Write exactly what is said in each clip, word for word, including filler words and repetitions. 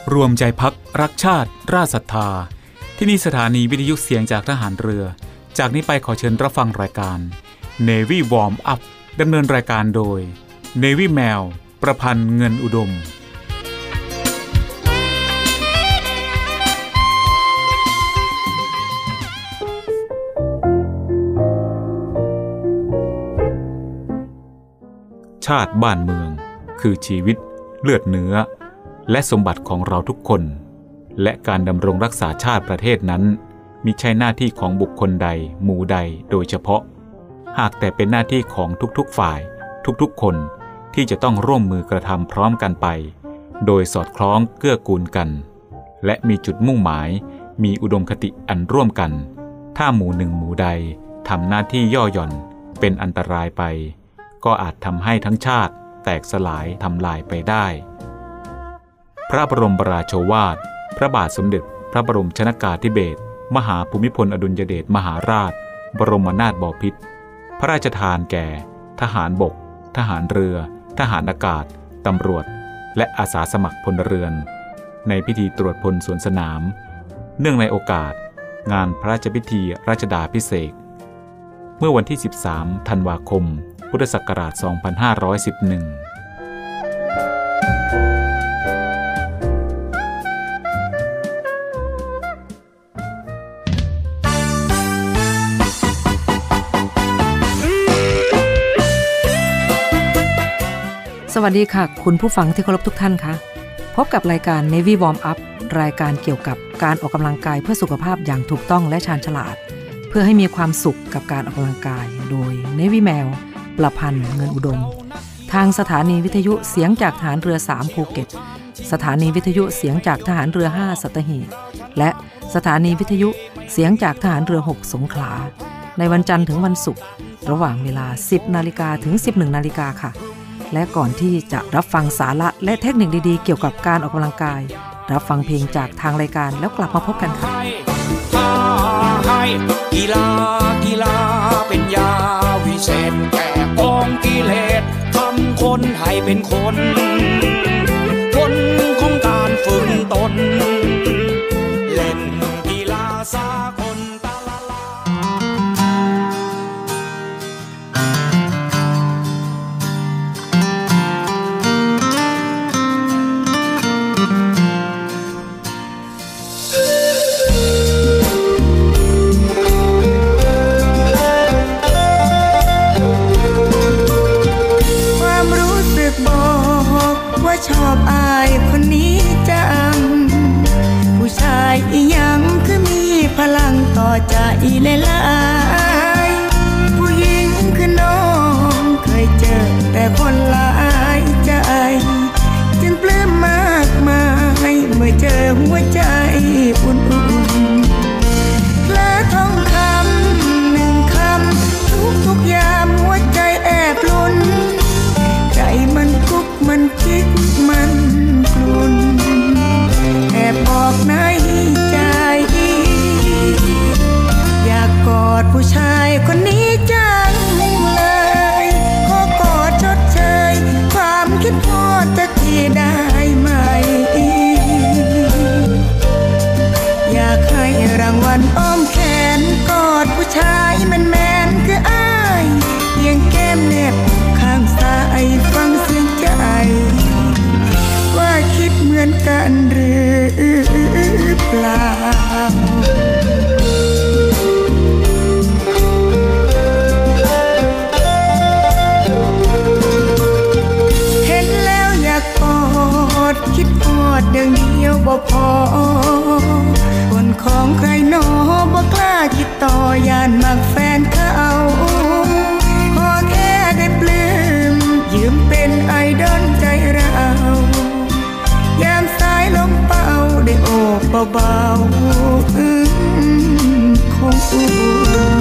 รวมใจพักรักชาติราชศรัทธาที่นี่สถานีวิทยุเสียงจากทหารเรือจากนี้ไปขอเชิญรับฟังรายการ Navy Warm Up ดำเนินรายการโดย Navy แมวประพันธ์เงินอุดมชาติบ้านเมืองคือชีวิตเลือดเนื้อและสมบัติของเราทุกคนและการดำรงรักษาชาติประเทศนั้นมิใช่หน้าที่ของบุคคลใดหมู่ใดโดยเฉพาะหากแต่เป็นหน้าที่ของทุกๆฝ่ายทุกๆคนที่จะต้องร่วมมือกระทำพร้อมกันไปโดยสอดคล้องเกื้อกูลกันและมีจุดมุ่งหมายมีอุดมคติอันร่วมกันถ้าหมู่หนึ่งหมู่ใดทำหน้าที่ย่อหย่อนเป็นอันตรายไปก็อาจทำให้ทั้งชาติแตกสลายทำลายไปได้พระบรมราโชวาทพระบาทสมเด็จพระบรมชนกาธิเบศรมหาภูมิพลอดุลยเดชมหาราชบรมนาถบพิตรพระราชทานแก่ทหารบกทหารเรือทหารอากาศตำรวจและอาสาสมัครพลเรือนในพิธีตรวจพลสวนสนามเนื่องในโอกาสงานพระราชพิธีรัชดาภิเษกเมื่อวันที่สิบสามธันวาคมพุทธศักราชสองพันห้าร้อยสิบเอ็ดสวัสดีค่ะคุณผู้ฟังที่เคารพทุกท่านคะพบกับรายการ Navy Warm Up รายการเกี่ยวกับการออกกำลังกายเพื่อสุขภาพอย่างถูกต้องและชาญฉลาดเพื่อให้มีความสุขกับการออกกำลังกายโดย Navy แมวประพันธ์เงินอุดมทางสถานีวิทยุเสียงจากทหารเรือสามภูเก็ตสถานีวิทยุเสียงจากทหารเรือห้าสัตหีบและสถานีวิทยุเสียงจากทหารเรือหกสงขลาในวันจันทร์ถึงวันศุกร์ระหว่างเวลา สิบนาฬิกา ถึง สิบเอ็ดนาฬิกาค่ะและก่อนที่จะรับฟังสาระและเทคนิคดีๆเกี่ยวกับการออกกำลังกายรับฟังเพลงจากทางรายการแล้วกลับมาพบกันค่ะกีฬากีฬาเป็นยาวิเศษแก้กองกิเลสทำคนให้เป็นคนคนของการฝึกตนเล่นกีฬาสากลตะละลาชอบอายคนนี้จังผู้ชายอีหยังคือมีพลังต่อใจหลายๆผู้หญิงคือน้องเคยเจอแต่คนหลายใจจึงปลื้มมากมายเมื่อเจอหัวใจอุ่นๆและท่องคำหนึ่งคำทุกทุกยามหัวใจแอบลุ้นใจมันกุกมันคิดมันกลุ่นแอบบอกในใจอยากกอดผู้ชายคนนี้จังเลยขอกอดชดเชยความคิดทอดจะที่ได้ไหมอยากให้รางวัลอ้อมแขนกอดผู้ชายแมนๆคืออ้ายเพียงแก้มเน็บข้างซ้ายฟังเสียงใจว่าคิดเหมือนกันหรือเปล่าเห็นแล้วอยากกอดคิดกอดเดียวเดียวบ่พอคนของใครหนอบ่กล้าคิดต่อยานมักแฟนเขาขอแค่ได้ปลื้มยืมเป็นไอดอลใจเรายามสายลมเป่าได้โอบเบาๆอื้อคงอุ่น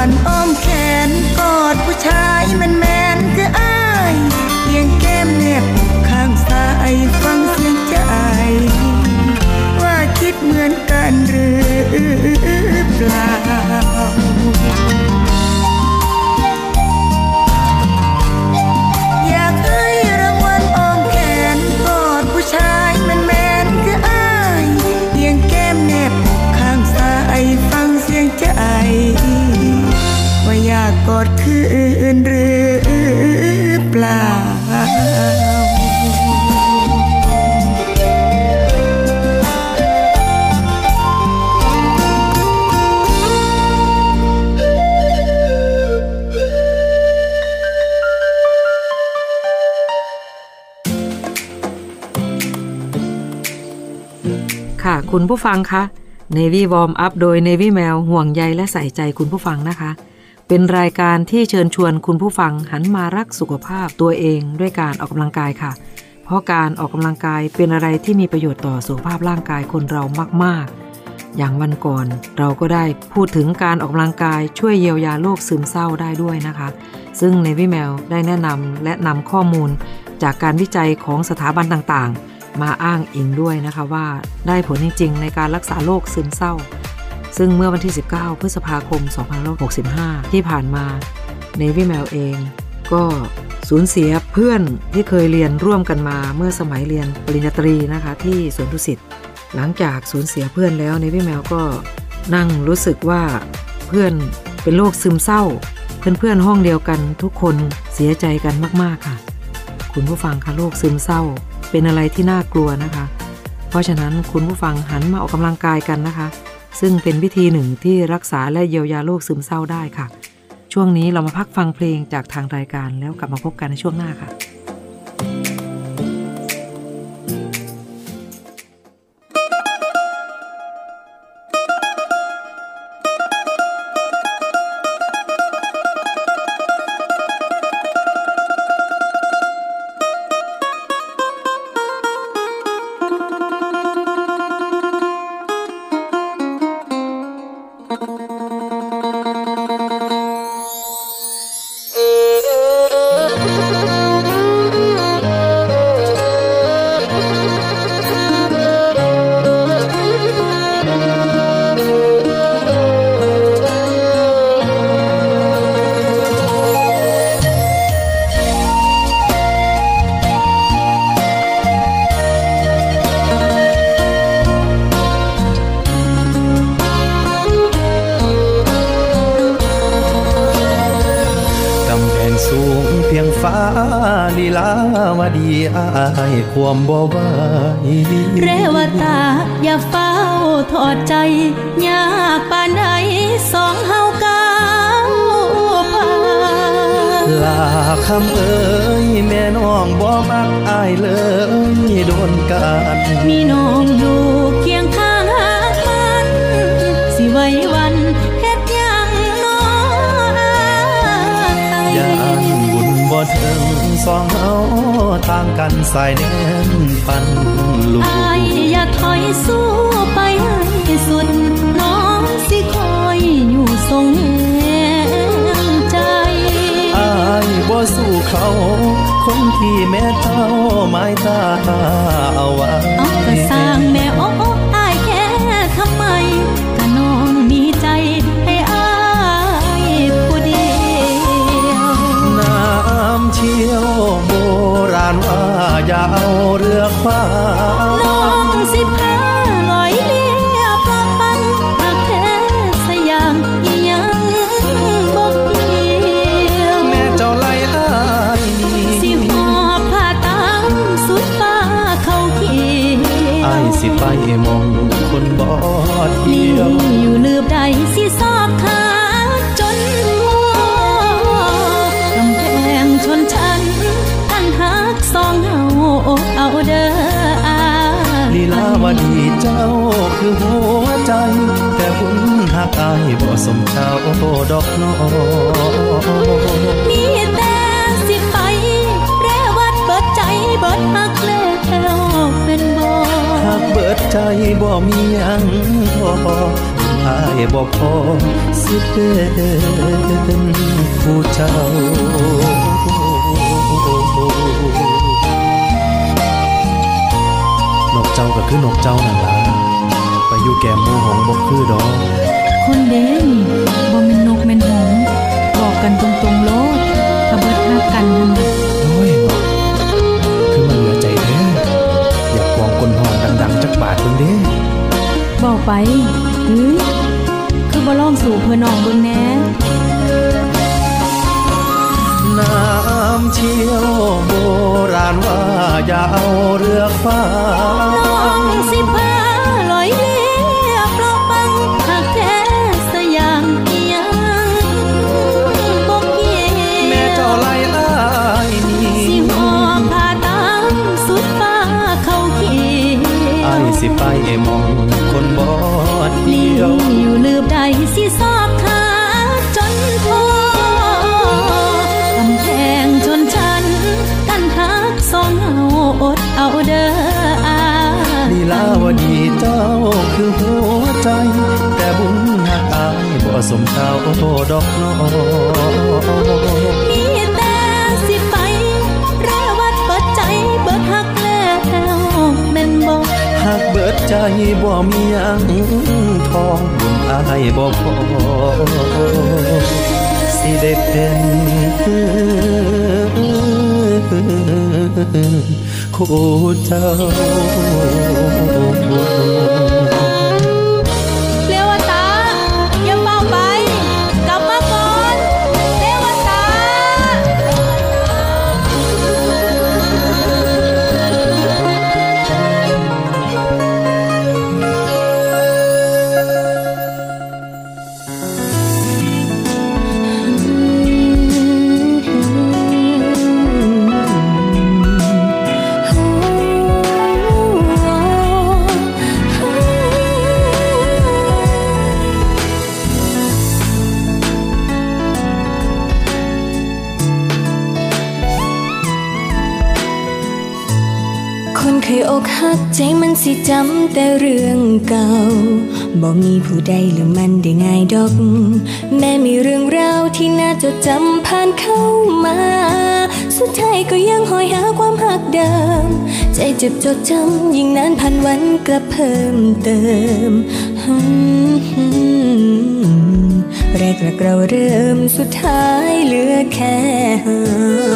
วันอ้อมแขนกอดผู้ชายแมนแมนคืออ้ายเพียงแก้มแนบข้างซ้ายฟังเสียงใจว่าคิดเหมือนกันหรือเปล่าอยากให้รางวัลอ้อมแขนกอดผู้ชายแมนแมนคืออ้ายเพียงแก้มแนบข้างซ้ายฟังเสียงใจว่าอยากกอดคืนหรือเปล่าค่ะคุณผู้ฟังคะ Navy Warm Up โดย Navy แมวห่วงใยและใส่ใจคุณผู้ฟังนะคะเป็นรายการที่เชิญชวนคุณผู้ฟังหันมารักสุขภาพตัวเองด้วยการออกกำลังกายค่ะเพราะการออกกำลังกายเป็นอะไรที่มีประโยชน์ต่อสุขภาพร่างกายคนเรามากๆอย่างวันก่อนเราก็ได้พูดถึงการออกกำลังกายช่วยเยียวยาโรคซึมเศร้าได้ด้วยนะคะซึ่ง Navy แมวได้แนะนำและนำข้อมูลจากการวิจัยของสถาบันต่างๆมาอ้างอิงด้วยนะคะว่าได้ผลจริงๆในการรักษาโรคซึมเศร้าซึ่งเมื่อวันที่สิบเก้าพฤษภาคมสองพันห้าร้อยหกสิบห้าที่ผ่านมา Navy แมวเองก็สูญเสียเพื่อนที่เคยเรียนร่วมกันมาเมื่อสมัยเรียนปริญญาตรีนะคะที่สวนดุสิตหลังจากสูญเสียเพื่อนแล้ว Navy แมวก็นั่งรู้สึกว่าเพื่อนเป็นโรคซึมเศร้าเพื่อนๆห้องเดียวกันทุกคนเสียใจกันมากๆค่ะคุณผู้ฟังคะโรคซึมเศร้าเป็นอะไรที่น่ากลัวนะคะเพราะฉะนั้นคุณผู้ฟังหันมาออกกำลังกายกันนะคะซึ่งเป็นวิธีหนึ่งที่รักษาและเยียวยาโรคซึมเศร้าได้ค่ะช่วงนี้เรามาพักฟังเพลงจากทางรายการแล้วกลับมาพบกันในช่วงหน้าค่ะลีลาวดีอายความบ่ไหวเรวตาอย่าเฝ้าทอดใจยากปานใดสองเฮาก้าวผ่านลาคำเอ้ยแม่น้องบ่มักอายเลยโดนกันมีน้องอยู่เคียงข้างหามันสิไว้วันเฮ็ดหยังน้อยอย่าบุญบ่ถึงสองเฮาต่างกันสายแน่นปันลูกอายอย่าถอยสู้ไปให้สุดน้องสิคอยอยู่ทรงแรงใจอายบ่สู้เขาคนที่แม่เท่าไม้ตาเอาไว้เอาก็สร้างแม่โอ้อายแค่ทำไมก็น้องมีใจให้อายผู้เดียวน้ำเชี่ยวโบราณว่าอย่าเอาเรือคว้าน้องสิพาลอยเลียปลาปังหากแท้สยามยังบ่เกี่ยวแม่เจ้าไล่อายสิหอบผ้าตามสุดฟ้าเขาเขียวอายสิไปมองคนบ่เที่ยวอยู่ลืบใดสิซอกขาจนกำแพงชนชั้นอันหักสองเฮาเอาเด้อลีลาวดีเจ้าคือหัวใจแต่บุญหักอายบ่สมเจ้าดอกน้อมีแต่สิไปแรวัดเบิดใจเบิดหักแล้วเป็นบ่หักเบิดใจบ่มีหยังพออายบ่พอสิเป็นผู้เจ้านกเจ้าก็คือนกเจ้านั่นล่ะไปอยู่แก้มหมู่หงบ่คือดอกคนเด้นี่บ่แม่นนกแม่นหงส์บอกกันตรงๆโลดถ้าเบิดฮักกันนั่นน่ะโอ้ยเนาะคือมันเหลือใจแท้อยากกองคนห้องดังๆจักบาทเพิ่นเด้บอกไปเฮ้ยคือบ่ลองสู่เพื่อน้องเบิ่งแหน่น้ำเชี่ยวโบราณว่าอย่าเอาเรือฟ้าน้องสิพาลอยเลียบลอกปังหากแท้สยามอีหยังบ่เกี่ยวแม่เจ้าไล่อ้ายนี่สิหอบผ้าตามสุดฟ้าเข้าเขียวอ้ายสิไปมองคนบ่เดียวอยู่ลืบใดสิซอกขาจนพอกำแพงชนชั้นกันฮักสองเฮาอดเอาเด้ออาลีลาวดีเจ้าคือหัวใจแต่บุญหักอายบ่สมเจ้าดอกน้อมีแต่สิไปรอวัดเปิดใจเบิดฮักแล้วแม่นบ่หักเบิดใจบ่มีหยังทองบุญอายบ่พอสิได้เป็นคู่เจ้าเรวตาอย่าเฝ้าไปกลับมาก่อนเรวตาเคยอกหักใจมันสิจำแต่เรื่องเก่าบ่มีผู้ใดหรือมันได้ง่ายดอกแม้มีเรื่องราวที่น่าจดจำผ่านเข้ามาสุดท้ายก็ยังหอยหาความหักเดิมใจเจ็บจดจำยิ่งนานผ่านวันกลับเพิ่มเติมแรกรักเราเริ่มสุดท้ายเหลือแค่เฮา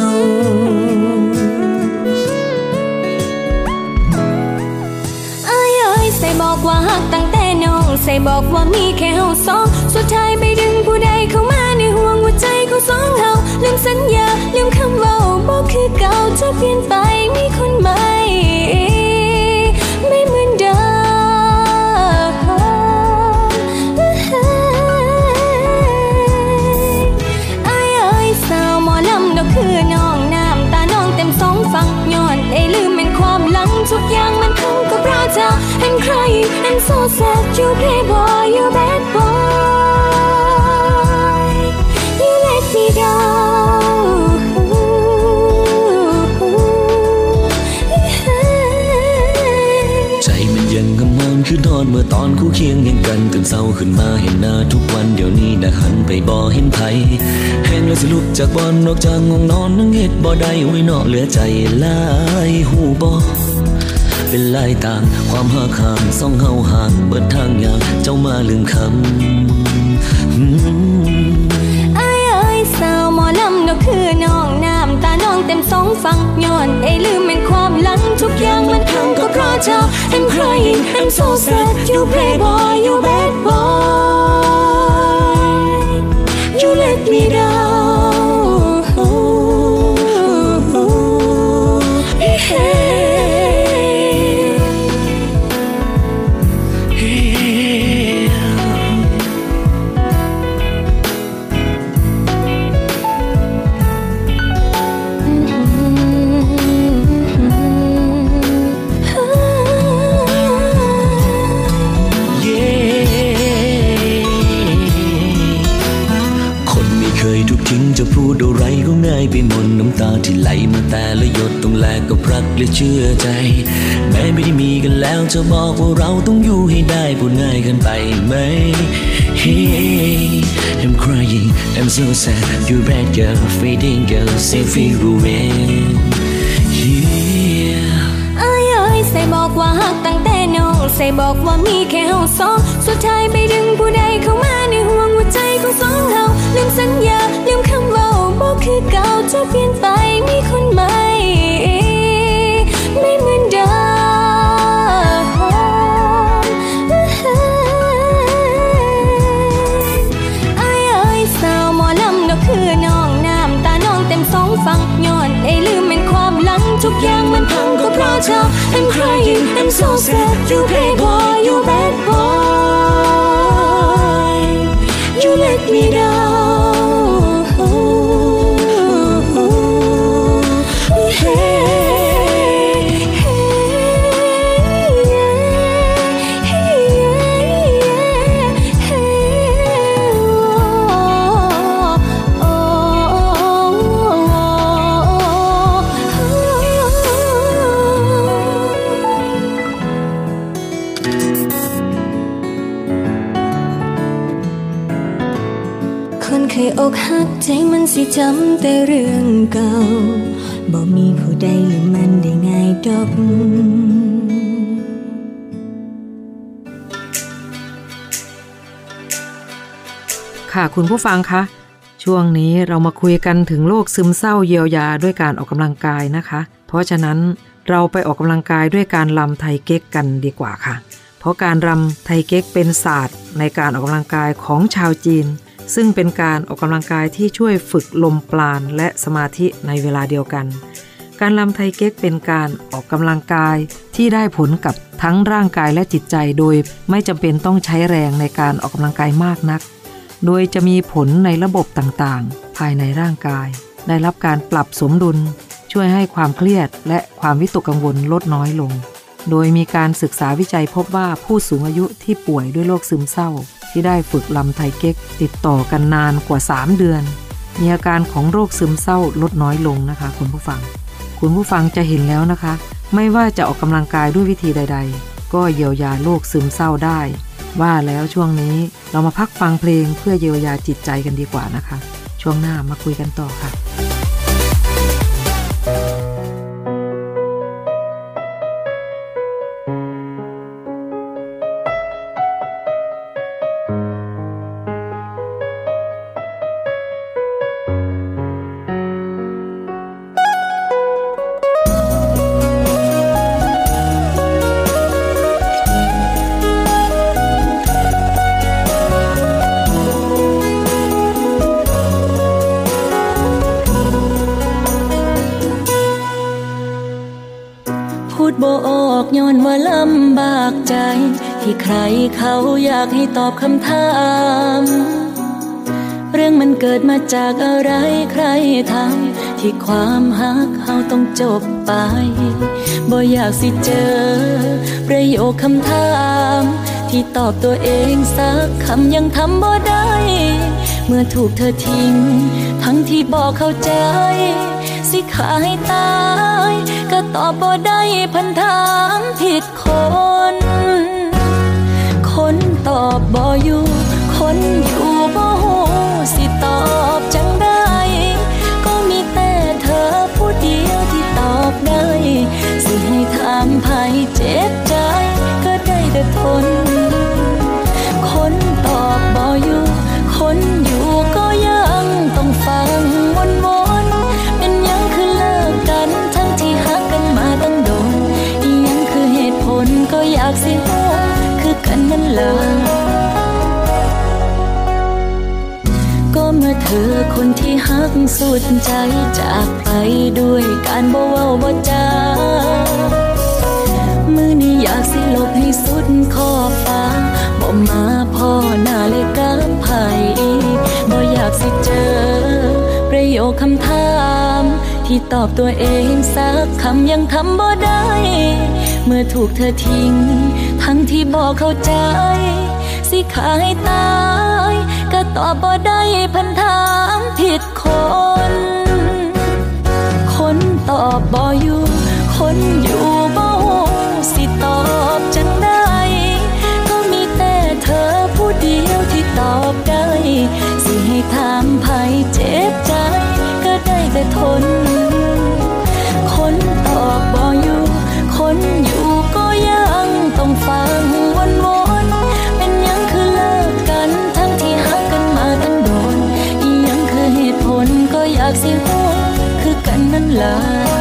ใส่บอกว่าฮักตั้งแต่น้องใส่บอกว่ามีแค่เฮาสองสุดท้ายไปดึงผู้ใดเข้ามาในห่วงหัวใจของสองเฮาลืมสัญญาลืมคำว่าบอกคือเก่าจะเปลี่ยนไปมีคนใหม่ไม่เหมือนเดิมอ้ายเอ้ยสาวหมอลำดอกคือน้องน้ำตาน้องเต็มสองฝั่งย้อนได้ลืมเป็นความหลังทุกอย่างมันทั้งก็เพราะเธอ I'm crying I'm so sad you playboy you bad boy you let me down ใจมันยังกำมอนคือนอนเมื่อตอนคู่เคียงยังกันตื่นเศร้าขึ้นมาเห็นหน้าทุกวันเดี๋ยวนี้นะหันไปบ่เห็นไผแห้งแล้วสิลุกจากบอนนอกจากง่วงนอนนั่งเฮ็ดบ่ได้ไว้นอกเหลือใจลายหูบ่เป็นลายต่างความหักห่างสองเฮาห่างเบิดทางยากเจ้ามาลืมคำอ้ายเอ้ยสาวหมอลำดอกคือน้องน้ำตาน้องเต็มสองฝั่งย้อนได้ลืมเป็นความหลังทุกอย่างมันทั้งก็เพราะเธอ I'm crying I'm so sad you playboy you bad boy you let me down yeah เคยถูกทิ้งจะพูดอะไรก็ง่ายไปหมดน้ำตาที่ไหลมาแต่ละหยดต้องแลกกับรักและเชื่อใจแม้ไม่ได้มีกันแล้วจะบอกว่าเราต้องอยู่ให้ได้พูดง่ายเกินไปไหม Hey I'm crying I'm so sad you're bad girl fading girl say feel ruin เอ้ยเอ้ยใส่บอกว่าฮักตั้งแต่น้องใส่บอกว่ามีแค่เฮาสองสุดท้ายไปดึงผู้ใดเข้ามาในห่วงหัวใจของสองเฮาลืมสัญญาลืมคำเว้าบอกคือเก่าจะเปลี่ยนไปมีคนใหม่ไม่เหมือนเดิมเอ้ยเอ้ยสาวหมอลำเราคือน้องน้ำตาน้องเต็มสองฝั่งย้อนไอ้ลืมเป็นความหลังทุกอย่างมันพังก็เพราะเธอ I'm crying I'm so sad you playboy you bad boy you let me down heyอกหักใจมันสิจำแต่เรื่องเก่าบ่มีผู้ใดลืมมันได้ง่ายดอกค่ะคุณผู้ฟังคะช่วงนี้เรามาคุยกันถึงโรคซึมเศร้าเยียวยาด้วยการออกกำลังกายนะคะเพราะฉะนั้นเราไปออกกำลังกายด้วยการรำไทเก๊กกันดีกว่าค่ะเพราะการรำไทเก๊กเป็นศาสตร์ในการออกกำลังกายของชาวจีนซึ่งเป็นการออกกำลังกายที่ช่วยฝึกลมปราณและสมาธิในเวลาเดียวกันการรำไทเก๊กเป็นการออกกำลังกายที่ได้ผลกับทั้งร่างกายและจิตใจโดยไม่จำเป็นต้องใช้แรงในการออกกำลังกายมากนักโดยจะมีผลในระบบต่างๆภายในร่างกายได้รับการปรับสมดุลช่วยให้ความเครียดและความวิตกกังวลลดน้อยลงโดยมีการศึกษาวิจัยพบว่าผู้สูงอายุที่ป่วยด้วยโรคซึมเศร้าที่ได้ฝึกรำไทเก๊กติดต่อกันนานกว่าสามเดือนมีอาการของโรคซึมเศร้าลดน้อยลงนะคะคุณผู้ฟังคุณผู้ฟังจะเห็นแล้วนะคะไม่ว่าจะออกกำลังกายด้วยวิธีใดๆก็เยียวยาโรคซึมเศร้าได้ว่าแล้วช่วงนี้เรามาพักฟังเพลงเพื่อเยียวยาจิตใจกันดีกว่านะคะช่วงหน้ามาคุยกันต่อค่ะบ่ออกย้อนว่าลำบากใจที่ใครเขาอยากให้ตอบคำถามเรื่องมันเกิดมาจากอะไรใครทำที่ความฮักเฮาต้องจบไปบ่อยากสิเจอประโยคคำถามที่ตอบตัวเองสักคำยังทำบ่ได้เมื่อถูกเธอทิ้งทั้งที่บอกเข้าใจสิขาให้ตายก็ตอบบ่ได้พันถามผิดคนคนตอบบ่อยู่คนอยู่บ่ฮู้สิตอบจังได้ก็มีแต่เธอผู้เดียวที่ตอบได้สิให้ถามไผเจ็บใจก็ได้แต่ทนคนตอบบ่อยู่คนอยู่ก็ยังต้องฟังวนๆเป็นยังคือเลิกกันทั้งที่ฮักกันมาตั้งโดนอีหยังคือเหตุผลก็อยากสิฮู้คือกันนั่นล่ะก็เมื่อเธอคนที่ฮักสุดใจจากไปด้วยการบ่เว้าบ่จามื้อนี้อยากสิลบให้สุดขอบฟ้าบ่มาพ่อหน้าเลยกับไผบ่อยากสิเจอประโยคคำถามที่ตอบตัวเองสักคำยังทำบ่ได้เมื่อถูกเธอทิ้งทั้งที่บอกเข้าใจสิขาให้ตายก็ก็ตอบบ่ได้เพิ่นถามผิดคนคนตอบบ่อยู่คนอยู่บ่ฮู้สิตอบจังได้ก็มีแต่เธอผู้เดียวที่ตอบได้สิให้ถามไผเจ็บใจก็ได้แต่ทนคนตอบบ่อยู่คนอยู่ก็ยังต้องฟังวนๆเป็นยังคือเลิกกันทั้งที่ฮักกันมาตั้งโดนอีหยังคือเหตุผลก็อยากสิฮู้คือกันนั่นล่ะ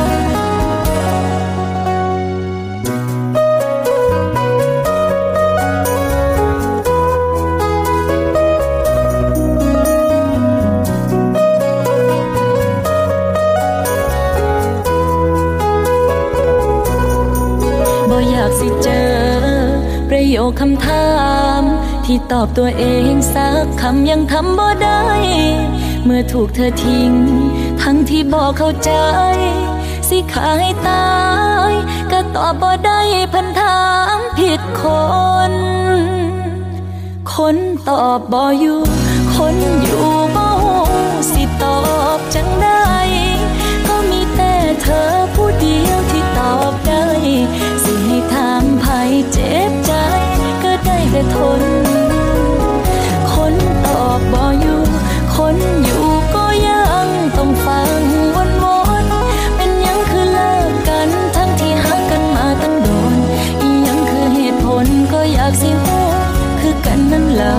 อยากสิเจอประโยคคำถามที่ตอบตัวเองสักคำยังทำบ่ได้เมื่อถูกเธอทิ้งทั้งที่บอกเข้าใจสิขายตายก็ตอบบ่ได้เพิ่นถามผิดคนคนตอบบ่อยู่คนอยู่บ่ฮู้สิตอบจังได้ก็มีแต่เธอผู้เดียวที่ตอบได้สิให้ถามไผเจ็บใจก็ได้แต่ทนคนตอบบ่อยู่คนอยู่ก็ยังต้องฟังวนๆเป็นยังคือเลิกกันทั้งที่ฮักกันมาตั้งโดนอีหยังคือเหตุผลก็อยากสิฮู้คือกันนั่นล่ะ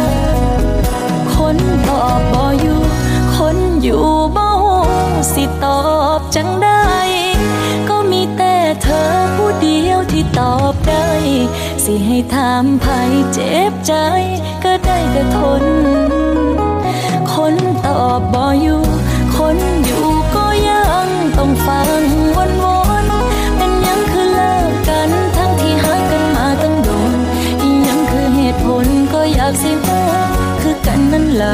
คนตอบบ่อยู่คนอยู่บ่ฮู้สิตอบจังได้ก็มีแต่เธอผู้เดียวที่ตอบได้สิให้ถามไผเจ็บใจก็ได้แต่ทนคนตอบบ่อยู่คนอยู่ก็ยังต้องฟังวนๆเป็นยังคือเลิกกันทั้งที่ฮักกันมาตั้งโดนอีหยังคือเหตุผลก็อยากสิฮู้คือกันนั่นล่ะ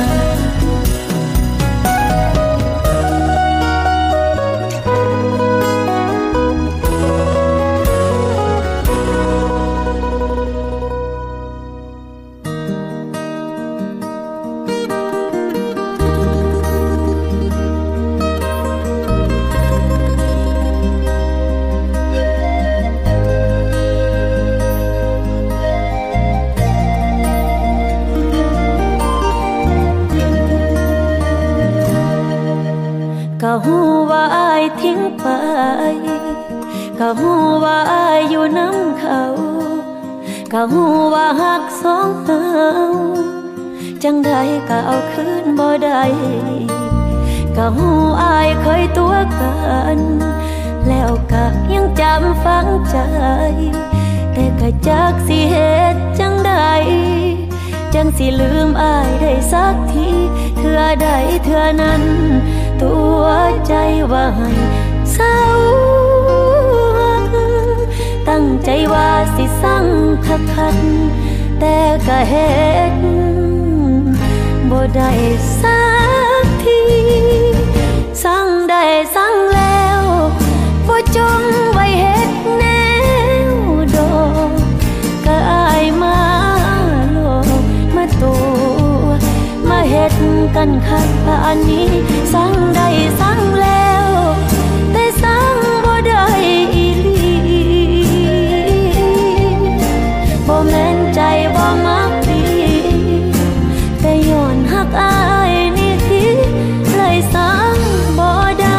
ก็ฮู้ว่าอายทิ้งไปก็ฮู้ว่าอายอยู่นำเขาก็ฮู้ว่าฮักสองเฮาจังใดก็เอาคืนบ่ได้ก็ฮู้อายเคยตัวกันแล้วก็ยังจำฝังใจแต่ก็จักสิเฮ็ดจังใดจังสิลืมอายได้สักทีเทื่อใดเทื่อนั้นตัวใจว่าให้เศร้าตั้งใจว่าสิสั่งคักๆแต่ก็เฮ็ดบ่ได้สักทีสั่งได้สั่งแล้วบ่จงไว้เฮ็ดแนวดอกก็อายมาโลกมาตัวมาเฮ็ดกันคักปานนี้สั่งได้สั่งแล้วแต่สั่งบ่ได้อีหลีบ่แม่นใจบ่มักดีแต่ย้อนฮักอายนี่สิเลยสั่งบ่ได้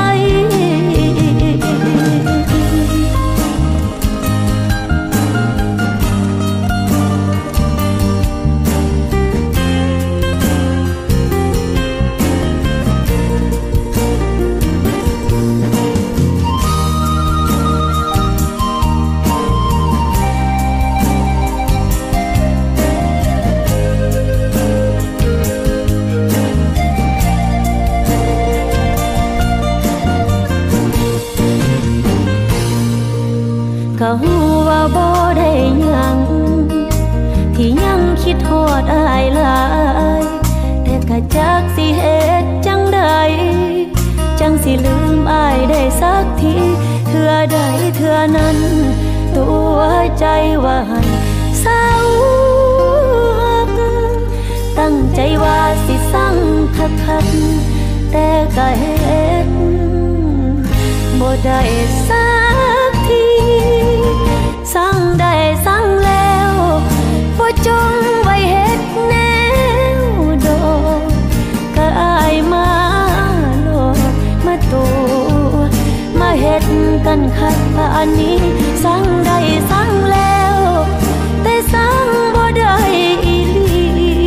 ก็ฮู้ว่าบ่ได้หยังที่ยังคิดฮอดอายหลายแต่ก็จักสิเฮ็ดจังใดจังสิลืมอายได้สักทีเทื่อใดเทื่อนั้นตัวใจว่าให้เศร้าตั้งใจใจว่าสิสั่งคักๆแต่ก็เฮ็ดบ่ได้สักทีสั่งได้สั่งแล้วบ่จงไว้เฮ็ดแนวดอกก็อายมาโลดมาตัวมาเฮ็ดกันคักปานนี้สั่งได้สั่งแล้วแต่สั่งบ่ได้อีหลี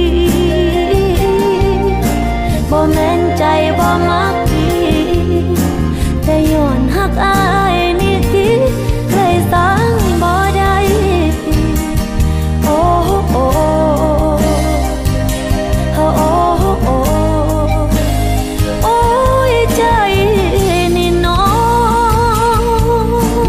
บ่แม่นใจบ่มักดีแต่ย้อนฮักอายนี่ติเลยสั่งบ่ได้โอ้โอ้โอ้โอ้โอ้ยใจนี่น้อง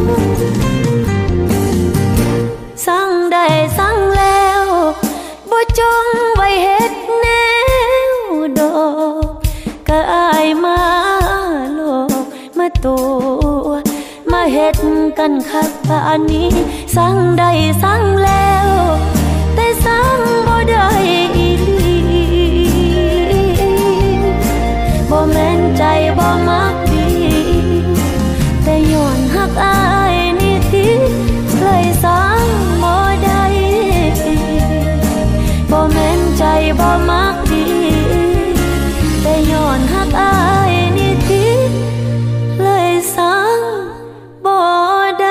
สั่งได้สั่งแล้วบ่จงไว้เฮ็ดแนวดอกก็อายมาโลกมาตัวมาเฮ็ดกันคักปานนี้สั่งได้สั่งแล้วแต่สั่งบ่ได้อีหลีบ่แม่นใจบ่มักดีแต่ย้อนฮักอายนี่ติเลยสั่งบ่ได้บ่แม่นใจบ่มักดีแต่ย้อนฮักอายนี่ติเลยสั่งบ่ได้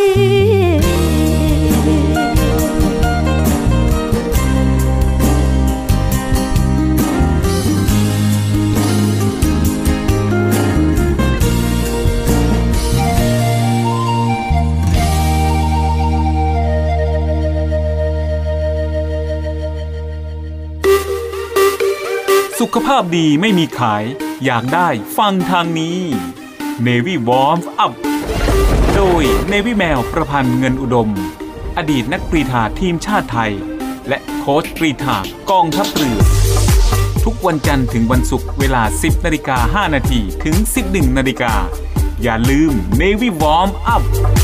สุขภาพดีไม่มีขายอยากได้ฟังทางนี้ Navy Warm Up โดย Navy แมวประพันธ์เงินอุดมอดีตนักกรีฑาทีมชาติไทยและโค้ชกรีฑากองทัพเรือทุกวันจันทร์ถึงวันศุกร์เวลา สิบนาฬิกาห้านาทีถึง สิบเอ็ดนาฬิกาอย่าลืม Navy Warm Up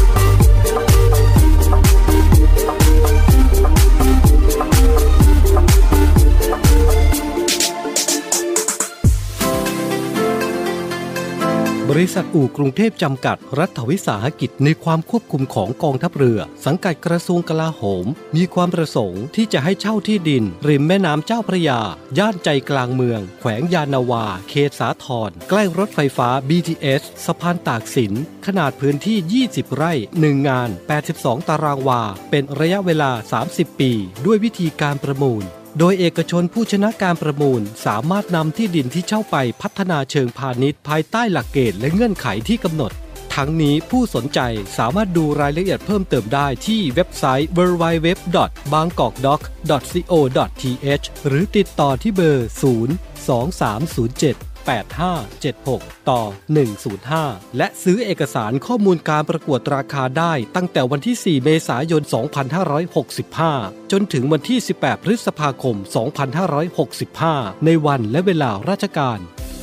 บริษัทอู่กรุงเทพจำกัดรัฐวิสาหกิจในความควบคุมของกองทัพเรือสังกัดกระทรวงกลาโหมมีความประสงค์ที่จะให้เช่าที่ดินริมแม่น้ำเจ้าพระยาย่านใจกลางเมืองแขวงยานนาวาเขตสาทรใกล้รถไฟฟ้า บี ที เอส สะพานตากสินขนาดพื้นที่ยี่สิบไร่หนึ่งงานแปดสิบสองตารางวาเป็นระยะเวลาสามสิบปีด้วยวิธีการประมูลโดยเอกชนผู้ชนะการประมูลสามารถนำที่ดินที่เช่าไปพัฒนาเชิงพาณิชย์ภายใต้หลักเกณฑ์และเงื่อนไขที่กำหนดทั้งนี้ผู้สนใจสามารถดูรายละเอียดเพิ่มเติมได้ที่เว็บไซต์ ดับเบิลยู ดับเบิลยู ดับเบิลยู ดอท บางกอกด็อก ดอท ซี โอ ดอท ที เอช หรือติดต่อที่เบอร์ ศูนย์ สอง สาม ศูนย์ เจ็ด แปด ห้า เจ็ด หก ต่อ หนึ่ง ศูนย์ ห้า และซื้อเอกสารข้อมูลการประกวดราคาได้ตั้งแต่วันที่ สี่ เมษายน สองพันห้าร้อยหกสิบห้า จนถึงวันที่ สิบแปด พฤษภาคม สองพันห้าร้อยหกสิบห้า ในวันและเวลาราชการ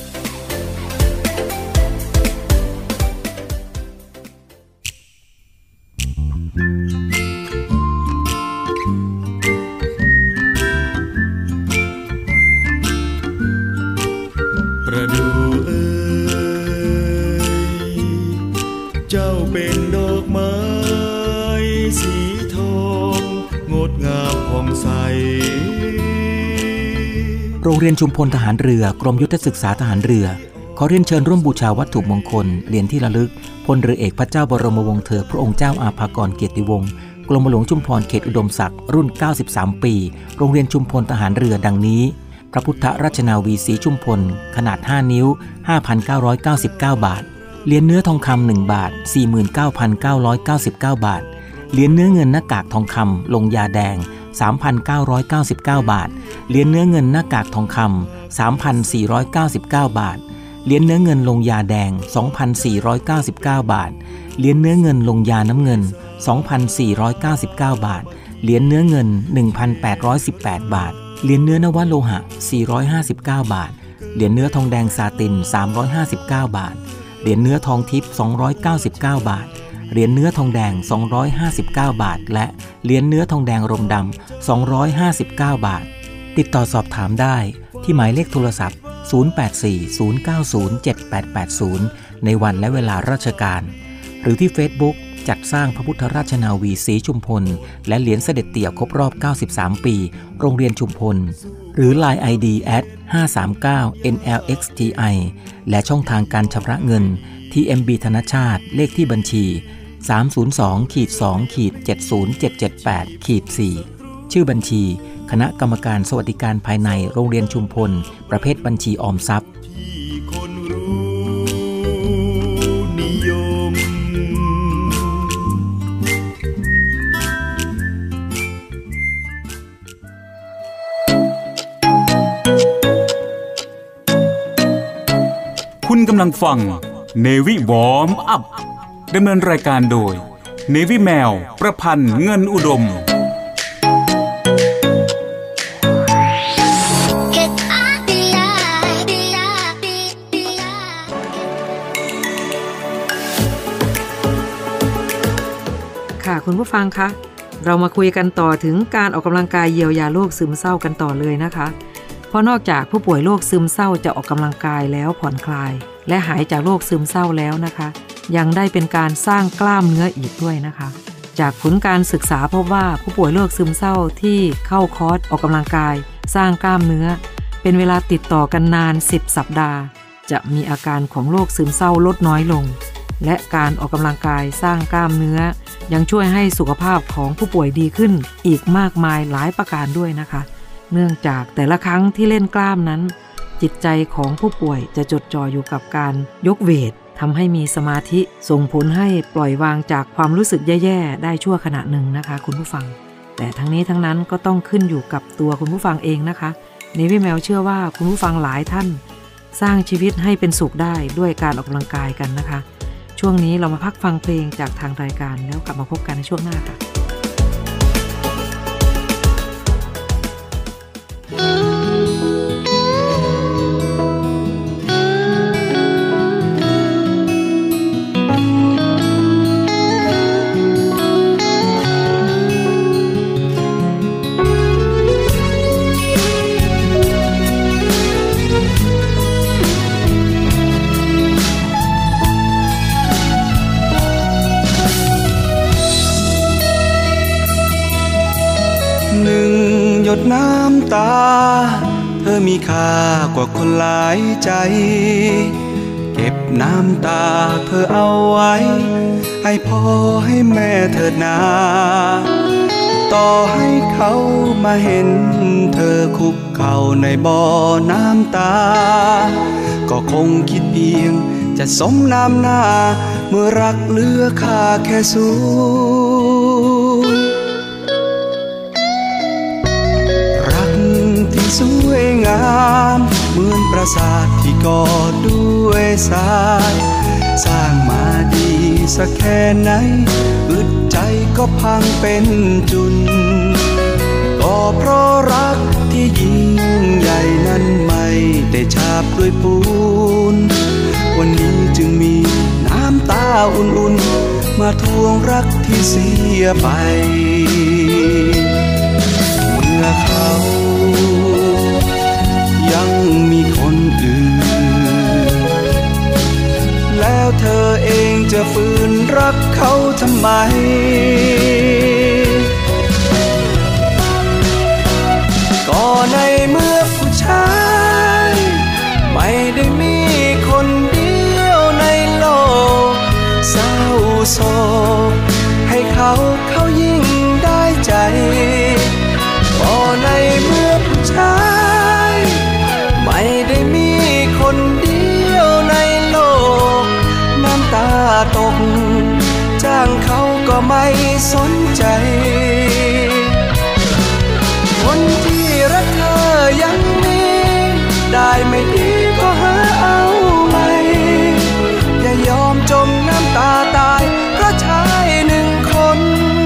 ประดูเอ่ยเจ้าเป็นดอกไม้สีทองงดงามผ่องใสโรงเรียนชุมพลทหารเรือกรมยุทธศึกษาทหารเรือขอเรียนเชิญร่วมบูชาวัตถุมงคลเหรียญที่ระลึกพลเรือเอกพระเจ้าบรมวงศ์เธอพระองค์เจ้าอาภากรเกียรติวงศ์กรมหลวงชุมพรเขตอุดมศักดิ์รุ่นเก้าสิบสามปีโรงเรียนชุมพลทหารเรือดังนี้พระพุทธราชนาวีสีชุมพลขนาดห้านิ้ว ห้าพันเก้าร้อยเก้าสิบเก้า บาทเหรียญเนื้อทองคำหนึ่งบาท สี่หมื่นเก้าพันเก้าร้อยเก้าสิบเก้า บาทเหรียญเนื้อเงินหน้ากากทองคำลงยาแดง สามพันเก้าร้อยเก้าสิบเก้า บาทเหรียญเนื้อเงินหน้ากากทองคำ สามพันสี่ร้อยเก้าสิบเก้า บาทเหรียญเนื้อเงินลงยาแดง สองพันสี่ร้อยเก้าสิบเก้า บาทเหรียญเนื้อเงินลงยาน้ำเงิน สองพันสี่ร้อยเก้าสิบเก้า บาทเหรียญเนื้อเงิน หนึ่งพันแปดร้อยสิบแปด บาทเหรียญเนื้อนวโลหะสี่ร้อยห้าสิบเก้าบาทเหรียญเนื้อทองแดงซาตินสามร้อยห้าสิบเก้าบาทเหรียญเนื้อทองทิพย์สองร้อยเก้าสิบเก้าบาทเหรียญเนื้อทองแดงสองร้อยห้าสิบเก้าบาทและเหรียญเนื้อทองแดงรมดำสองร้อยห้าสิบเก้าบาทติดต่อสอบถามได้ที่หมายเลขโทรศัพท์ศูนย์ แปด สี่ ศูนย์ เก้า ศูนย์ เจ็ด แปด แปด ศูนย์ในวันและเวลาราชการหรือที่ Facebook จัดสร้างพระพุทธราชนาวีศรีชุมพลและเหรียญเสด็จเตี่ยครบรอบเก้าสิบสามปีโรงเรียนชุมพลหรือ ไลน์ ไอ ดี แอท ห้า สาม เก้า เอ็น แอล เอ็กซ์ ที ไอ และช่องทางการชำระเงินที่ เอ็ม บี ธนชาติเลขที่บัญชี สาม ศูนย์ สอง สอง เจ็ด ศูนย์ เจ็ด เจ็ด แปด สี่ ชื่อบัญชีคณะกรรมการสวัสดิการภายในโรงเรียนชุมพลประเภทบัญชีออมทรัพย์คุณกำลังฟัง Navy Warm Up ดำเนินรายการโดย Navy แมวประพันธ์เงินอุดมค่ะคุณผู้ฟังคะเรามาคุยกันต่อถึงการออกกำลังกายเยียวยาโรคซึมเศร้ากันต่อเลยนะคะเพราะนอกจากผู้ป่วยโรคซึมเศร้าจะออกกำลังกายแล้วผ่อนคลายและหายจากโรคซึมเศร้าแล้วนะคะยังได้เป็นการสร้างกล้ามเนื้ออีกด้วยนะคะจากผลการศึกษาพบว่าผู้ป่วยโรคซึมเศร้าที่เข้าคอร์สออกกำลังกายสร้างกล้ามเนื้อเป็นเวลาติดต่อกันนานสิบสัปดาห์จะมีอาการของโรคซึมเศร้าลดน้อยลงและการออกกำลังกายสร้างกล้ามเนื้อยังช่วยให้สุขภาพของผู้ป่วยดีขึ้นอีกมากมายหลายประการด้วยนะคะเนื่องจากแต่ละครั้งที่เล่นกล้ามนั้นจิตใจของผู้ป่วยจะจดจ่ออยู่กับการยกเวททำให้มีสมาธิส่งผลให้ปล่อยวางจากความรู้สึกแย่ๆได้ชั่วขณะหนึ่งนะคะคุณผู้ฟังแต่ทั้งนี้ทั้งนั้นก็ต้องขึ้นอยู่กับตัวคุณผู้ฟังเองนะคะNavy แมวเชื่อว่าคุณผู้ฟังหลายท่านสร้างชีวิตให้เป็นสุขได้ด้วยการออกกำลังกายกันนะคะช่วงนี้เรามาพักฟังเพลงจากทางรายการแล้วกลับมาพบกันในช่วงหน้าค่ะหยดน้ำตาเธอมีค่ากว่าคนหลายใจเก็บน้ำตาเธอเอาไว้ให้พ่อให้แม่เถิดนาต่อให้เขามาเห็นเธอคุกเข่าในบ่อน้ำตาก็คงคิดเพียงจะสมน้ำหน้าเมื่อรักเหลือค่าแค่ศูนย์ที่สวยงามเหมือนปราสาทที่ก่อด้วยทรายสร้างมาดีสักแค่ไหนอึดใจก็พังเป็นจุนก็เพราะรักที่ยิ่งใหญ่นั้นไม่ได้ฉาบด้วยปูนวันนี้จึงมีน้ำตาอุ่นๆมาทวงรักที่เสียไปเมื่อเขายังมีคนอื่นแล้วเธอเองจะฝืนรักเขาทำไมก็ในเมื่อผู้ชายไม่ได้มีคนเดียวในโลกเศร้าโศกให้เขาเขายิ่งได้ใจก็ในเมื่อผู้ชายไม่ได้มีคนเดียวในโลกน้ำตาตกจ้างเขาก็ไม่สนใจคนที่รักเธอยังมีได้ไม่ดีก็หาเอาใหม่อย่ายอมจมน้ำตาตายเพราะชายหนึ่งคน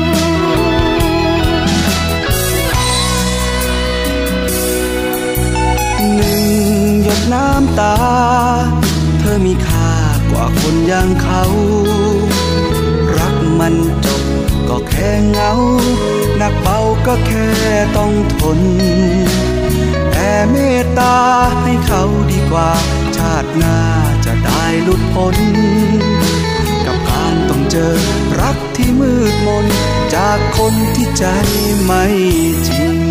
หนึ่งหยดน้ำตาเธอมีค่ากว่าคนอย่างเขารักมันจบก็แค่เงาหนักเบาก็แค่ต้องทนแต่เมตตาให้เขาดีกว่าชาติหน้าจะได้หลุดพ้นกับการต้องเจอรักที่มืดมนจากคนที่ใจไม่จริง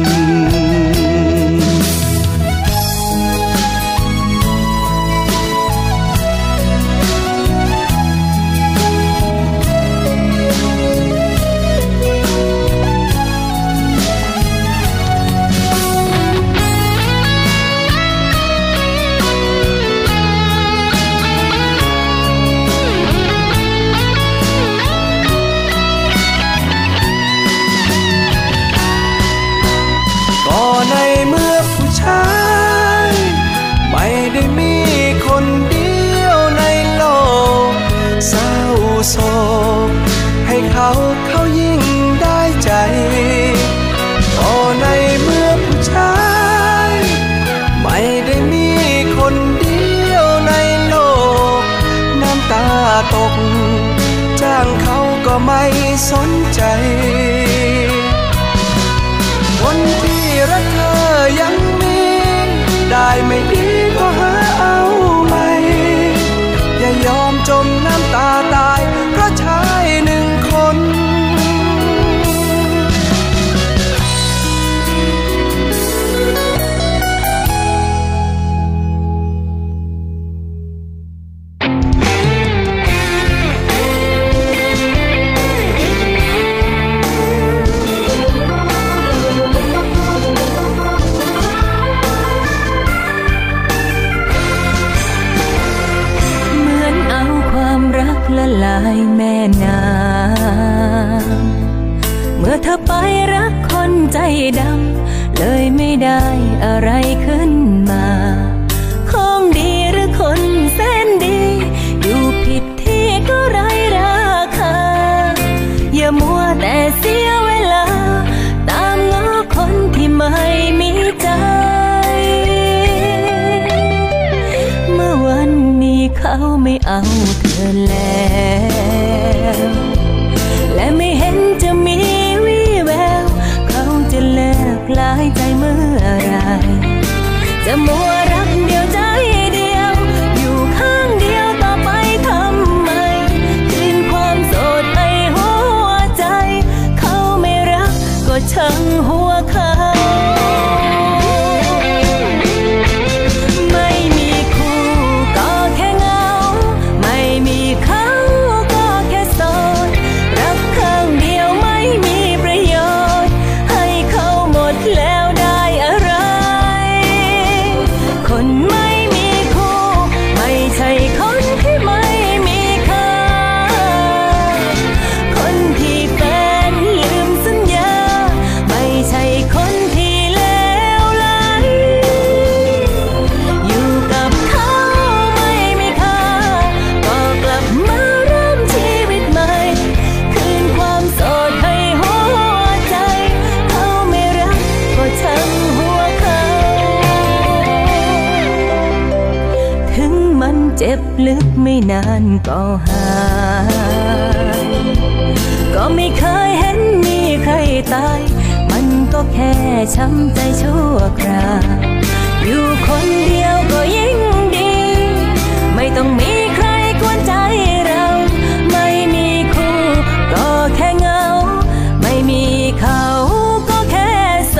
ในเมื่อผู้ชายไม่ได้มีคนเดียวในโลกเศร้าโศกให้เขาเขายิ่งได้ใจก็ในเมื่อผู้ชายไม่ได้มีคนเดียวในโลกน้ำตาตกจ้างเขาก็ไม่สนใจคนที่รักเธอยังมีได้ไม่ดีก็หาเอาใหม่อย่ายอมจมน้ำตาตายเพราะชายหนึ่งคนละลายแม่น้ำเมื่อเธอไปรักคนใจดำเลยไม่ได้อะไรขึ้นมาของดีหรือคนแสนดีอยู่ผิดที่ก็ไร้ราคาอย่ามัวแต่เสียเวลาตามง้อคนที่ไม่มีใจเมื่อวันนี้เขาไม่เอาเธอแล้วและไม่เห็นจะมีวี่แววเขาจะเลิกลายใจเมื่อไรจะมัวรักเดียวใจเดียวอยู่ข้างเดียวต่อไปทำไมคืนความโสดในหัวใจเขาไม่รักก็ช่างหัวเขาเจ็บลึกไม่นานก็หายก็ไม่เคยเห็นมีใครตายมันก็แค่ช้ำใจชั่วคราวอยู่คนเดียวก็ยิ่งดีไม่ต้องมีใครกวนใจเราไม่มีคู่ก็แค่เหงาไม่มีเขาก็แค่โส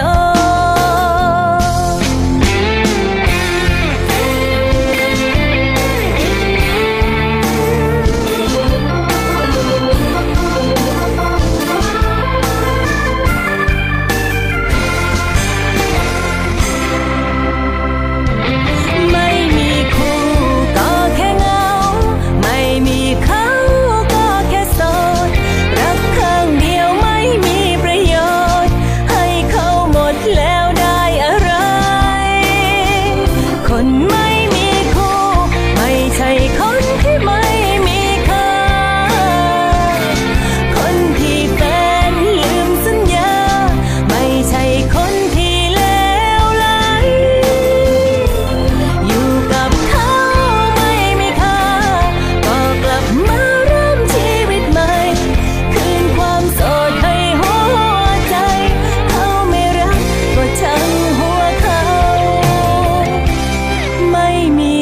ไม่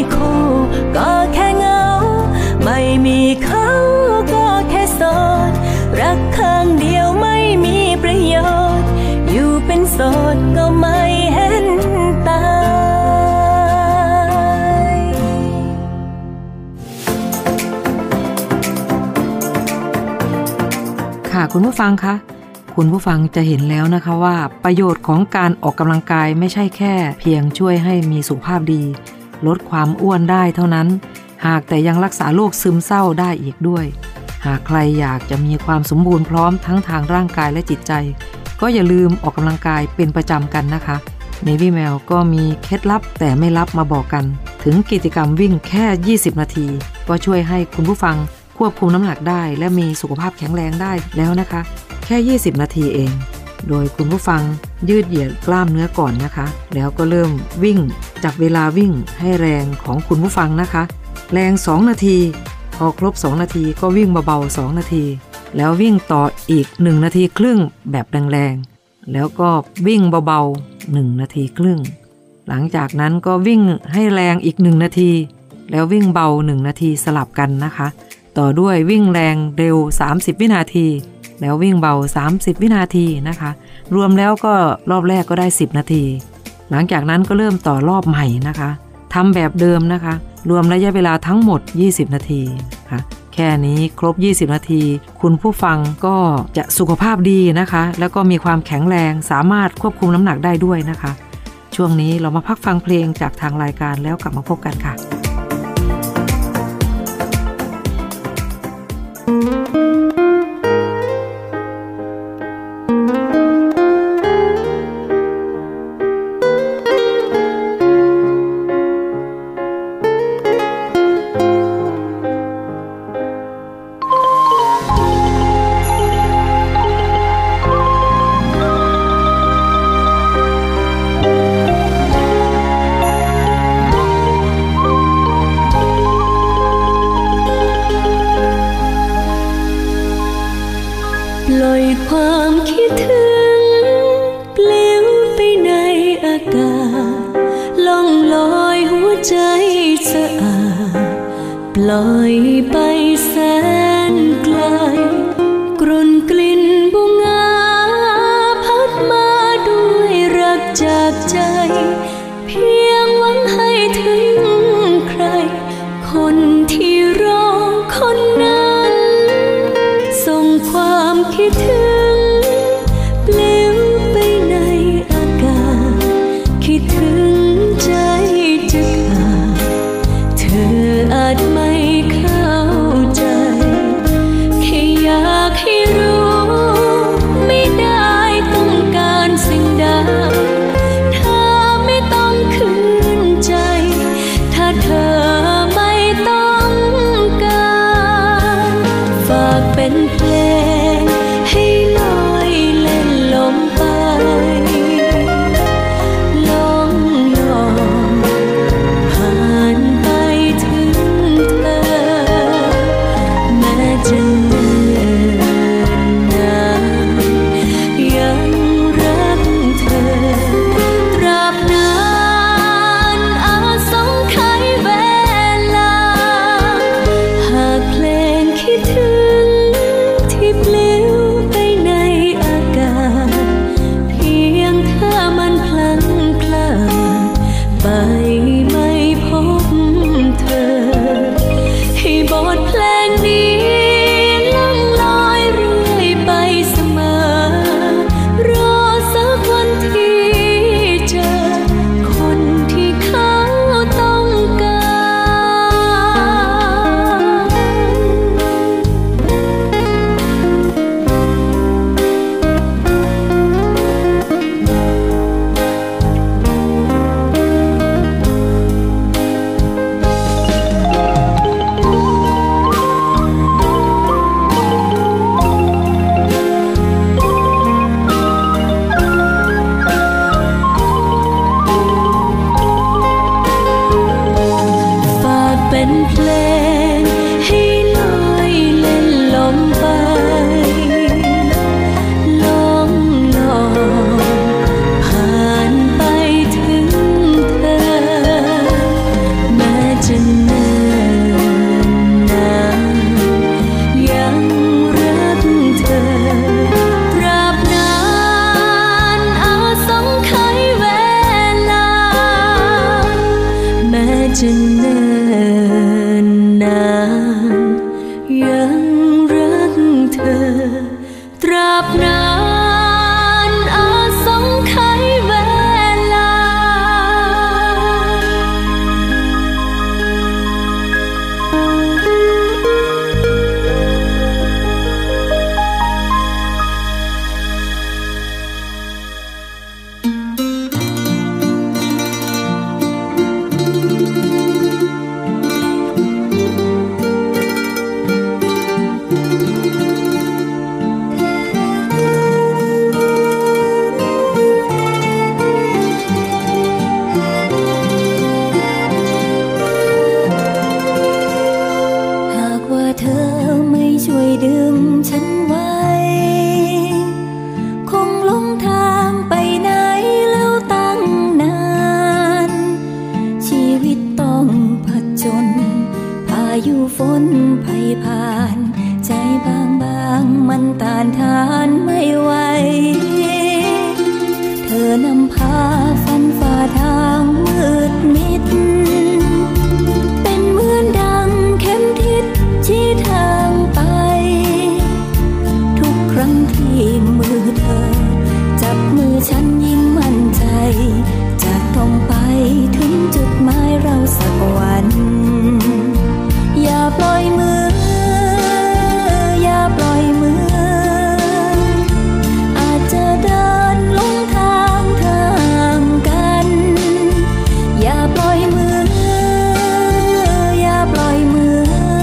คู่ก็แค่เหงาไม่มีเขาก็แค่โสดรักข้างเดียวไม่มีประโยชน์อยู่เป็นโสดก็ไม่เห็นตายค่ะคุณผู้ฟังคะคุณผู้ฟังจะเห็นแล้วนะคะว่าประโยชน์ของการออกกำลังกายไม่ใช่แค่เพียงช่วยให้มีสุขภาพดีลดความอ้วนได้เท่านั้นหากแต่ยังรักษาโรคซึมเศร้าได้อีกด้วยหากใครอยากจะมีความสมบูรณ์พร้อมทั้งทางร่างกายและจิตใจก็อย่าลืมออกกำลังกายเป็นประจำกันนะคะ Navy Mail ก็มีเคล็ดลับแต่ไม่ลับมาบอกกันถึงกิจกรรมวิ่งแค่ยี่สิบนาทีก็ช่วยให้คุณผู้ฟังควบคุมน้ำหนักได้และมีสุขภาพแข็งแรงได้แล้วนะคะแค่ยี่สิบนาทีเองโดยคุณผู้ฟังยืดเหยียดกล้ามเนื้อก่อนนะคะแล้วก็เริ่มวิ่งจับเวลาวิ่งให้แรงของคุณผู้ฟังนะคะแรงสองนาทีพอครบสองนาทีก็วิ่งเบาๆสองนาทีแล้ววิ่งต่ออีกหนึ่งนาทีครึ่งแบบแรงๆแล้วก็วิ่งเบาๆหนึ่งนาทีครึ่งหลังจากนั้นก็วิ่งให้แรงอีกหนึ่งนาทีแล้ววิ่งเบาหนึ่งนาทีสลับกันนะคะต่อด้วยวิ่งแรงเร็วสามสิบวินาทีแล้ววิ่งเบาสามสิบวินาทีนะคะรวมแล้วก็รอบแรกก็ได้สิบนาทีหลังจากนั้นก็เริ่มต่อรอบใหม่นะคะทำแบบเดิมนะคะรวมระยะเวลาทั้งหมดยี่สิบนาทีค่ะแค่นี้ครบยี่สิบนาทีคุณผู้ฟังก็จะสุขภาพดีนะคะแล้วก็มีความแข็งแรงสามารถควบคุมน้ำหนักได้ด้วยนะคะช่วงนี้เรามาพักฟังเพลงจากทางรายการแล้วกลับมาพบกันค่ะลอยไปแสนไกลกรุ่นกลิ่นบุงาพัดมาด้วยรักจากใจเพียงหวังให้ถึงใครคนที่รอคนนั้นส่งความคิดถึงปลิวไปในอากาศคิดถึงใจจะขาดเธออาจไม่เข้าใจแค่อยากให้รู้ไม่ได้ต้องการสิ่งใดเธอไม่ต้องคืนใจถ้าเธอไม่ต้องการฝากเป็นเพลงให้ลอยเล่นลมไปลองลองผ่านไปถึงเธอแม้จะเนิ่นนานยังรักเธอตราบนานอาจสงไขเวลาหากเพลงคิดถึงที่ปลิวไปในอากาศเพียงเธอมันพลันพลาดไปไม่พบเธอให้บทเพลงนี้ล่องลอยเรื่อยไปเสมอรอสักวันที่เจอคนที่เขาต้องการฝากเป็นเพลงให้ลอยเล่นลมไปลองลองผ่านไปถึงเธอแม้จจะเนิ่นนานยังรักเธอตราบนานอาจต้องไขเวลาแม้จะเนิ่นนานยังรักเธอตราบนานอาจต้องไขเวลาฝนไผ่ผ่านใจบางบางมันต้านทานไม่ไหวเธอนำพาฟันฝ่าทางมืดมิดเป็นเหมือนดังเข็มทิศชี้ทางไปทุกครั้งที่มือเธอจับมือฉันยิ่งมั่นใจจะต้องไปถึงจุดหมายเราสักวันอย่าปล่อยมืออย่าปล่อยมืออาจจะเดินลงทางทางกันอย่าปล่อยมืออย่าปล่อยมือ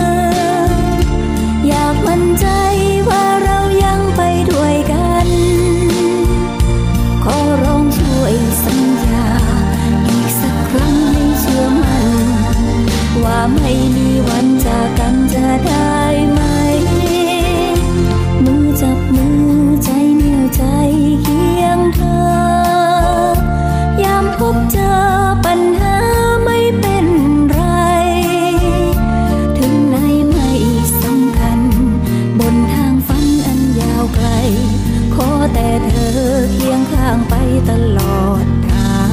อยากมั่นใจว่าเรายังไปด้วยกันขอร้องช่วยสัญญาอีกสักครั้งให้เชื่อมั่นว่าไม่มีวันจากกันจะได้ไหมมือจับมือใจเหนี่ยวใจเคียงเธอยามพบเจอปัญหาไม่เป็นไรถึงไหนไม่สำคัญบนทางฝันอันยาวไกลขอแต่เธอเคียงข้างไปตลอดทาง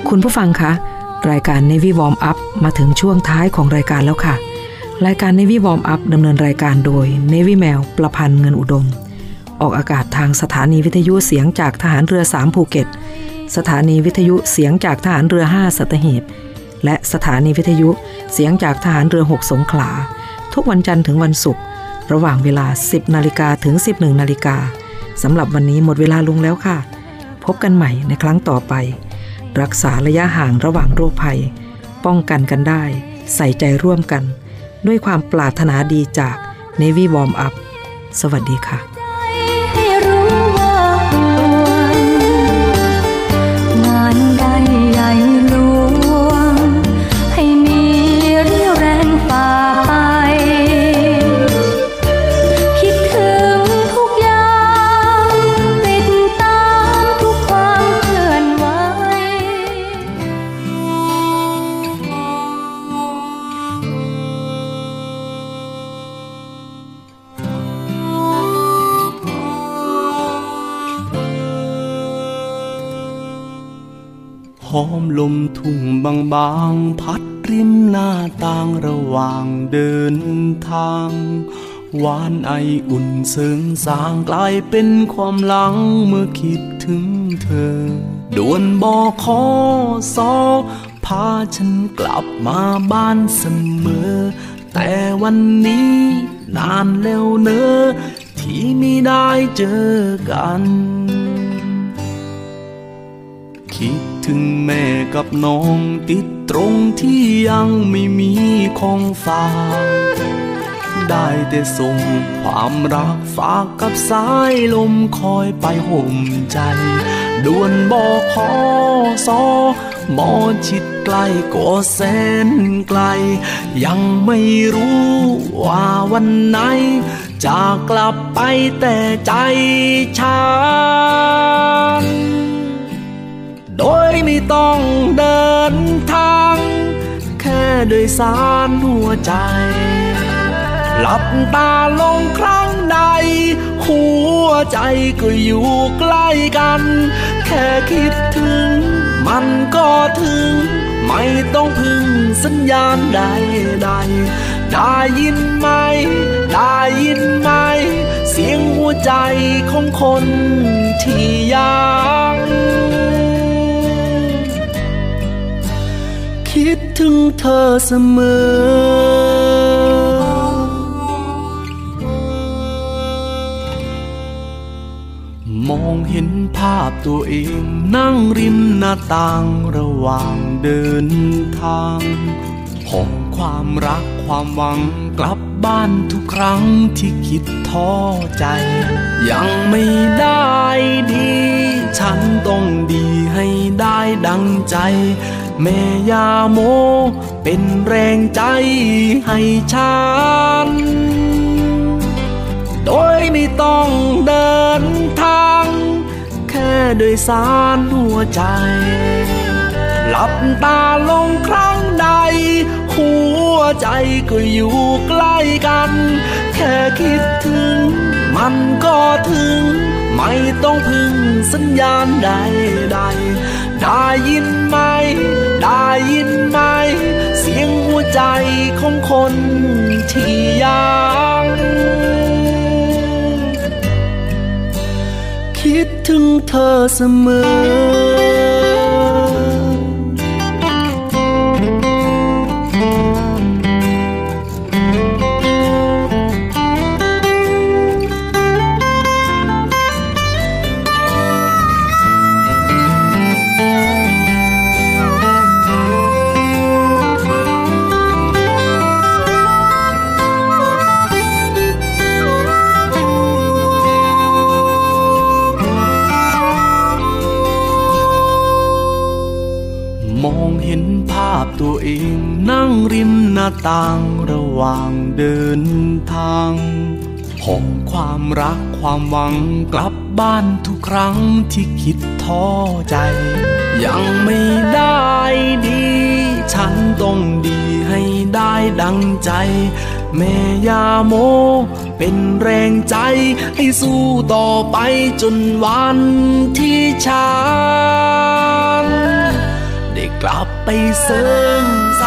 คุณผู้ฟังคะรายการ Navy Warm Up มาถึงช่วงท้ายของรายการแล้วค่ะรายการ Navy Warm Up ดำเนินรายการโดย Navy แมวประพันธ์เงินอุดมออกอากาศทางสถานีวิทยุเสียงจากทหารเรือสามภูเก็ตสถานีวิทยุเสียงจากทหารเรือห้าสัตหีบและสถานีวิทยุเสียงจากทหารเรือหกสงขลาทุกวันจันทร์ถึงวันศุกร์ระหว่างเวลา สิบนาฬิกาถึง สิบเอ็ดนาฬิกาสำหรับวันนี้หมดเวลาลงแล้วค่ะพบกันใหม่ในครั้งต่อไปรักษาระยะห่างระหว่างโรคภัยป้องกันกันได้ใส่ใจร่วมกันด้วยความปรารถนาดีจาก Navy Warm Up สวัสดีค่ะงานใดใหญ่หลวงให้มีเรี่ยวแรงฝ่าไปคิดถึงทุกอย่างติดตามทุกความเคลื่อนไหวหอมลมทุ่งบางๆพัดริมหน้าต่างระหว่างเดินทางหวานไออุ่นเสิงสางกลายเป็นความหลังเมื่อคิดถึงเธอด่วนบอกขอสอพาฉันกลับมาบ้านเสมอแต่วันนี้นานแล้วเนอะที่ไม่ได้เจอกันคิดถึงแม่กับน้องติดตรงที่ยังไม่มีของฝากได้แต่ส่งความรักฝากกับสายลมคอยไปห่มใจด่วนบอกขอสอหมอชิดใกล้ก็แสนไกลยังไม่รู้ว่าวันไหนจะกลับไปแต่ใจฉันโดยไม่ต้องเดินทางแค่โดยสารหัวใจหลับตาลงครั้งใดหัวใจก็อยู่ใกล้กันแค่คิดถึงมันก็ถึงไม่ต้องพึ่งสัญญาณใดใดได้ยินไหมได้ยินไหมเสียงหัวใจของคนที่ยังคิดถึงเธอเสมอมองเห็นภาพตัวเองนั่งริมหน้าต่างระหว่างเดินทางห้องความรักความหวังกลับบ้านทุกครั้งที่คิดท้อใจยังไม่ได้ดีฉันต้องดีให้ได้ดังใจแม่ยาโมเป็นแรงใจให้ฉันโดยไม่ต้องเดินทางแค่โดยสารหัวใจหลับตาลงครั้งใดหัวใจก็อยู่ใกล้กันแค่คิดถึงมันก็ถึงไม่ต้องพึ่งสัญญาณใดใดได้ยินไหมได้ยินไหมเสียงหัวใจของคนที่ยังคิดถึงเธอเสมอมองเห็นภาพตัวเองนั่งริมหน้าต่างระหว่างเดินทางห้องความรักความหวังกลับบ้านทุกครั้งที่คิดท้อใจยังไม่ได้ดีฉันต้องดีให้ได้ดังใจแม่ยาโมเป็นแรงใจให้สู้ต่อไปจนวันที่ฉันได้ไปเสริงส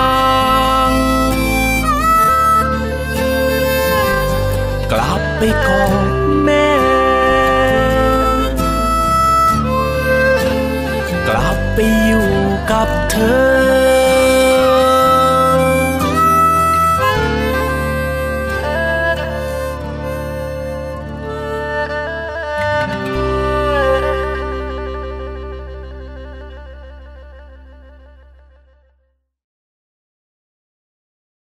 ร้างกลับไปขอ